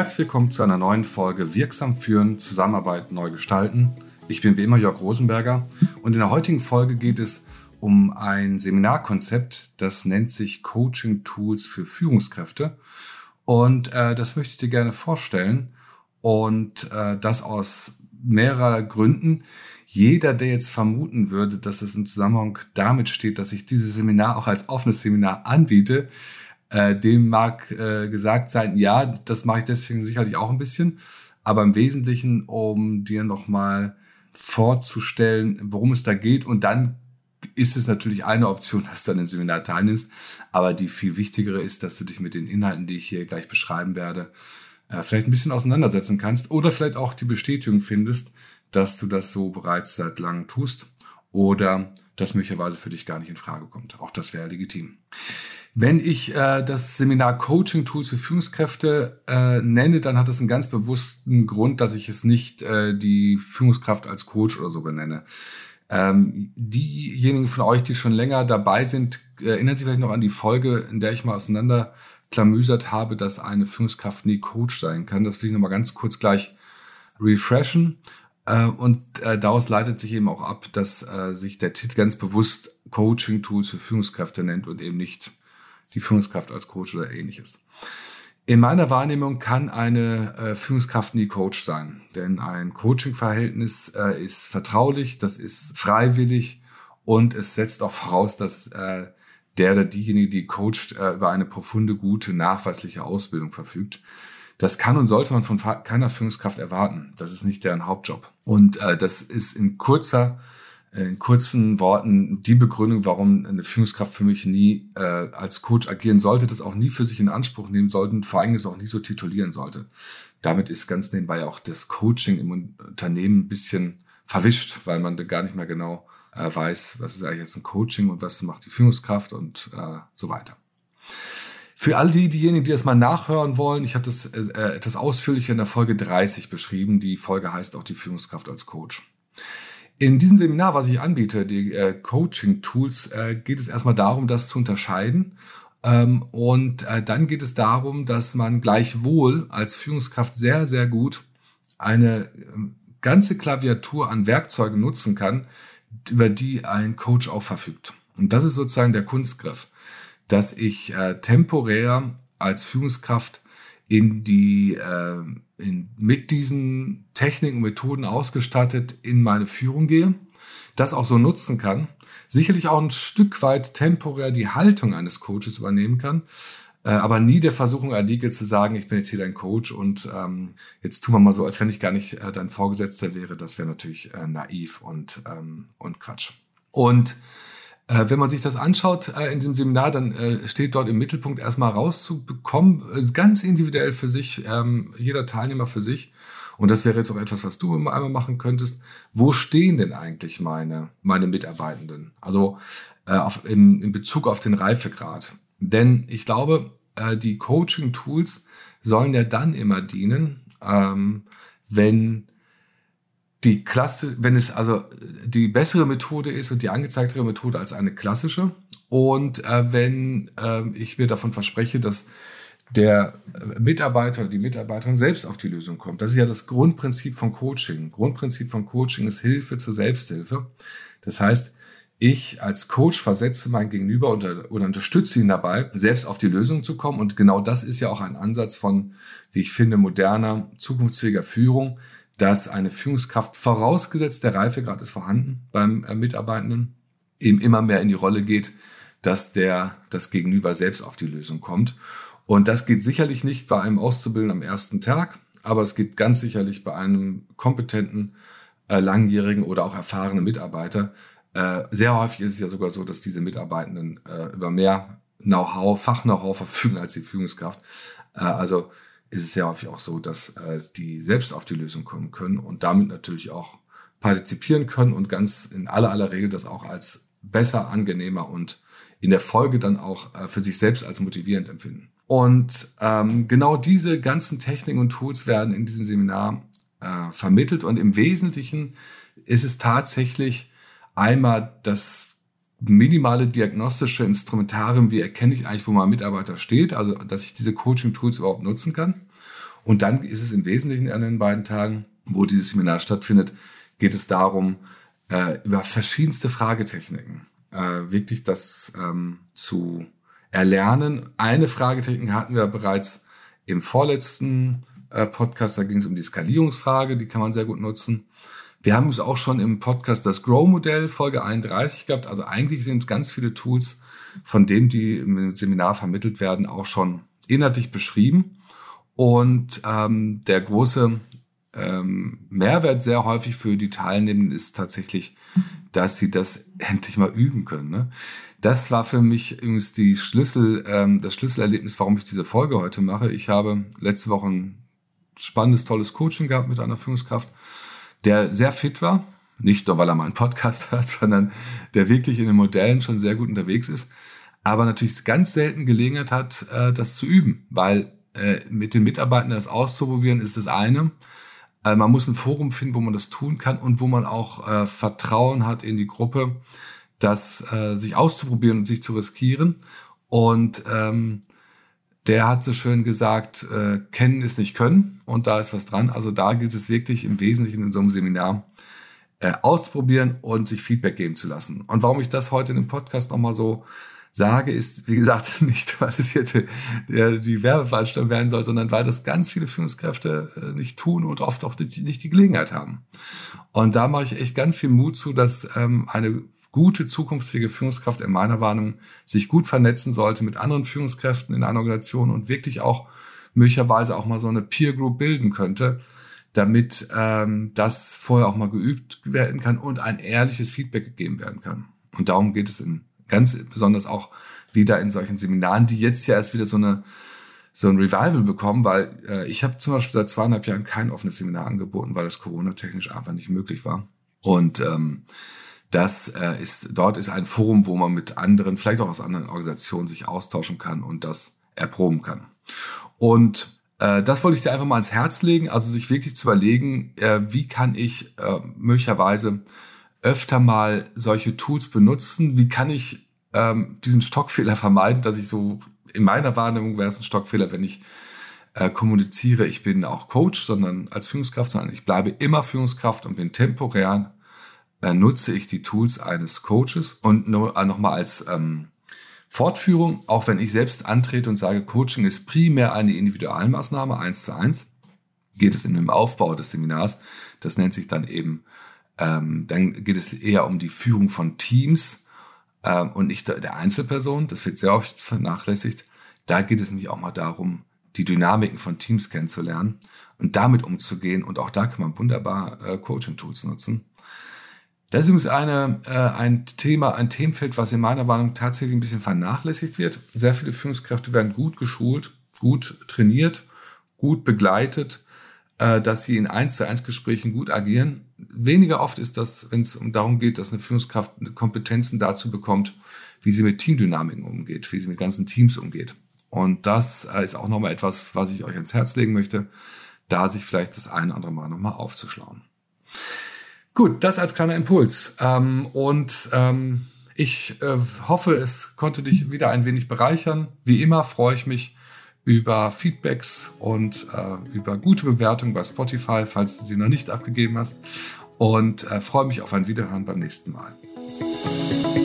Herzlich willkommen zu einer neuen Folge Wirksam führen, Zusammenarbeit neu gestalten. Ich bin wie immer Jörg Rosenberger und in der heutigen Folge geht es um ein Seminarkonzept, das nennt sich Coaching Tools für Führungskräfte. Und das möchte ich dir gerne vorstellen und das aus mehrerer Gründen. Jeder, der jetzt vermuten würde, dass es im Zusammenhang damit steht, dass ich dieses Seminar auch als offenes Seminar anbiete, dem mag gesagt sein, ja, das mache ich deswegen sicherlich auch ein bisschen, aber im Wesentlichen, um dir nochmal vorzustellen, worum es da geht. Und dann ist es natürlich eine Option, dass du an dem Seminar teilnimmst, aber die viel wichtigere ist, dass du dich mit den Inhalten, die ich hier gleich beschreiben werde, vielleicht ein bisschen auseinandersetzen kannst oder vielleicht auch die Bestätigung findest, dass du das so bereits seit langem tust oder das möglicherweise für dich gar nicht in Frage kommt. Auch das wäre legitim. Wenn ich das Seminar Coaching Tools für Führungskräfte nenne, dann hat das einen ganz bewussten Grund, dass ich es nicht die Führungskraft als Coach oder so benenne. Diejenigen von euch, die schon länger dabei sind, erinnern sich vielleicht noch an die Folge, in der ich mal auseinanderklamüsert habe, dass eine Führungskraft nie Coach sein kann. Das will ich nochmal ganz kurz gleich refreshen. Und daraus leitet sich eben auch ab, dass sich der Titel ganz bewusst Coaching Tools für Führungskräfte nennt und eben nicht die Führungskraft als Coach oder ähnliches. In meiner Wahrnehmung kann eine Führungskraft nie Coach sein, denn ein Coaching-Verhältnis ist vertraulich, das ist freiwillig und es setzt auch voraus, dass der oder diejenige, die coacht, über eine profunde, gute, nachweisliche Ausbildung verfügt. Das kann und sollte man von keiner Führungskraft erwarten. Das ist nicht deren Hauptjob. Und das ist in kurzen Worten die Begründung, warum eine Führungskraft für mich nie als Coach agieren sollte, das auch nie für sich in Anspruch nehmen sollte und vor allem es auch nie so titulieren sollte. Damit ist ganz nebenbei auch das Coaching im Unternehmen ein bisschen verwischt, weil man da gar nicht mehr genau weiß, was ist eigentlich jetzt ein Coaching und was macht die Führungskraft und so weiter. Für all diejenigen, die das mal nachhören wollen, ich habe das etwas ausführlicher in der Folge 30 beschrieben. Die Folge heißt auch die Führungskraft als Coach. In diesem Seminar, was ich anbiete, die Coaching-Tools, geht es erstmal darum, das zu unterscheiden. Und dann geht es darum, dass man gleichwohl als Führungskraft sehr, sehr gut eine ganze Klaviatur an Werkzeugen nutzen kann, über die ein Coach auch verfügt. Und das ist sozusagen der Kunstgriff, dass ich temporär als Führungskraft mit diesen Techniken und Methoden ausgestattet in meine Führung gehe, das auch so nutzen kann, sicherlich auch ein Stück weit temporär die Haltung eines Coaches übernehmen kann, aber nie der Versuchung erliege zu sagen, ich bin jetzt hier dein Coach und jetzt tun wir mal so, als wenn ich gar nicht dein Vorgesetzter wäre. Das wäre natürlich naiv und Quatsch. Und wenn man sich das anschaut in diesem Seminar, dann steht dort im Mittelpunkt erstmal rauszubekommen, ganz individuell für sich, jeder Teilnehmer für sich. Und das wäre jetzt auch etwas, was du einmal machen könntest. Wo stehen denn eigentlich meine Mitarbeitenden? Also in Bezug auf den Reifegrad. Denn ich glaube, die Coaching-Tools sollen ja dann immer dienen, wenn es also die bessere Methode ist und die angezeigtere Methode als eine klassische und wenn ich mir davon verspreche, dass der Mitarbeiter oder die Mitarbeiterin selbst auf die Lösung kommt. Das ist ja das Grundprinzip von Coaching. Grundprinzip von Coaching ist Hilfe zur Selbsthilfe. Das heißt, ich als Coach versetze mein Gegenüber oder unterstütze ihn dabei, selbst auf die Lösung zu kommen. Und genau das ist ja auch ein Ansatz von, wie ich finde, moderner, zukunftsfähiger Führung, dass eine Führungskraft, vorausgesetzt der Reifegrad ist vorhanden beim Mitarbeitenden, eben immer mehr in die Rolle geht, dass das Gegenüber selbst auf die Lösung kommt. Und das geht sicherlich nicht bei einem Auszubildenden am ersten Tag, aber es geht ganz sicherlich bei einem kompetenten, langjährigen oder auch erfahrenen Mitarbeiter. Sehr häufig ist es ja sogar so, dass diese Mitarbeitenden über mehr Fach-Know-how verfügen als die Führungskraft. Also ist es sehr häufig auch so, dass die selbst auf die Lösung kommen können und damit natürlich auch partizipieren können und ganz in aller Regel das auch als besser, angenehmer und in der Folge dann auch für sich selbst als motivierend empfinden. Und genau diese ganzen Techniken und Tools werden in diesem Seminar vermittelt und im Wesentlichen ist es tatsächlich einmal das minimale diagnostische Instrumentarium, wie erkenne ich eigentlich, wo mein Mitarbeiter steht, also dass ich diese Coaching-Tools überhaupt nutzen kann. Und dann ist es im Wesentlichen an den beiden Tagen, wo dieses Seminar stattfindet, geht es darum, über verschiedenste Fragetechniken wirklich das zu erlernen. Eine Fragetechnik hatten wir bereits im vorletzten Podcast, da ging es um die Skalierungsfrage, die kann man sehr gut nutzen. Wir haben es auch schon im Podcast das Grow-Modell, Folge 31 gehabt. Also eigentlich sind ganz viele Tools, von denen die im Seminar vermittelt werden, auch schon inhaltlich beschrieben. Und der große Mehrwert sehr häufig für die Teilnehmenden ist tatsächlich, dass sie das endlich mal üben können. Ne? Das war für mich übrigens das Schlüsselerlebnis, warum ich diese Folge heute mache. Ich habe letzte Woche ein spannendes, tolles Coaching gehabt mit einer Führungskraft, der sehr fit war. Nicht nur, weil er mal einen Podcast hat, sondern der wirklich in den Modellen schon sehr gut unterwegs ist. Aber natürlich ganz selten Gelegenheit hat, das zu üben. Weil mit den Mitarbeitern das auszuprobieren ist das eine. Man muss ein Forum finden, wo man das tun kann und wo man auch Vertrauen hat in die Gruppe, das sich auszuprobieren und sich zu riskieren. Und der hat so schön gesagt, kennen ist nicht können, und da ist was dran. Also da gilt es wirklich im Wesentlichen in so einem Seminar auszuprobieren und sich Feedback geben zu lassen. Und warum ich das heute in dem Podcast nochmal so sage, ist, wie gesagt, nicht, weil es jetzt die Werbeveranstaltung werden soll, sondern weil das ganz viele Führungskräfte nicht tun und oft auch nicht die Gelegenheit haben. Und da mache ich echt ganz viel Mut zu, dass eine gute, zukunftsfähige Führungskraft in meiner Wahrnehmung sich gut vernetzen sollte mit anderen Führungskräften in einer Organisation und wirklich auch möglicherweise auch mal so eine Peer Group bilden könnte, damit das vorher auch mal geübt werden kann und ein ehrliches Feedback gegeben werden kann. Und darum geht es ganz besonders auch wieder in solchen Seminaren, die jetzt ja erst wieder so ein Revival bekommen, weil ich habe zum Beispiel seit 2,5 Jahren kein offenes Seminar angeboten, weil das Corona-technisch einfach nicht möglich war. Und dort ist ein Forum, wo man mit anderen, vielleicht auch aus anderen Organisationen, sich austauschen kann und das erproben kann. Und das wollte ich dir einfach mal ans Herz legen, also sich wirklich zu überlegen, wie kann ich möglicherweise öfter mal solche Tools benutzen, wie kann ich diesen Stockfehler vermeiden, dass ich so, in meiner Wahrnehmung wäre es ein Stockfehler, wenn ich kommuniziere, ich bin auch Coach, sondern als Führungskraft, sondern ich bleibe immer Führungskraft und bin temporär, nutze ich die Tools eines Coaches. Und nur nochmal als Fortführung, auch wenn ich selbst antrete und sage, Coaching ist primär eine Individualmaßnahme, 1:1, geht es in dem Aufbau des Seminars, das nennt sich dann eben, dann geht es eher um die Führung von Teams und nicht der Einzelperson, das wird sehr oft vernachlässigt. Da geht es nämlich auch mal darum, die Dynamiken von Teams kennenzulernen und damit umzugehen, und auch da kann man wunderbar Coaching-Tools nutzen. Das ist übrigens ein Themenfeld, was in meiner Wahrnehmung tatsächlich ein bisschen vernachlässigt wird. Sehr viele Führungskräfte werden gut geschult, gut trainiert, gut begleitet, dass sie in 1:1 Gesprächen gut agieren. Weniger oft ist das, wenn es darum geht, dass eine Führungskraft Kompetenzen dazu bekommt, wie sie mit Teamdynamiken umgeht, wie sie mit ganzen Teams umgeht. Und das ist auch nochmal etwas, was ich euch ans Herz legen möchte, da sich vielleicht das eine oder andere Mal nochmal aufzuschlauen. Gut, das als kleiner Impuls. Ich hoffe, es konnte dich wieder ein wenig bereichern. Wie immer freue ich mich über Feedbacks und über gute Bewertungen bei Spotify, falls du sie noch nicht abgegeben hast. Und freue mich auf ein Wiederhören beim nächsten Mal.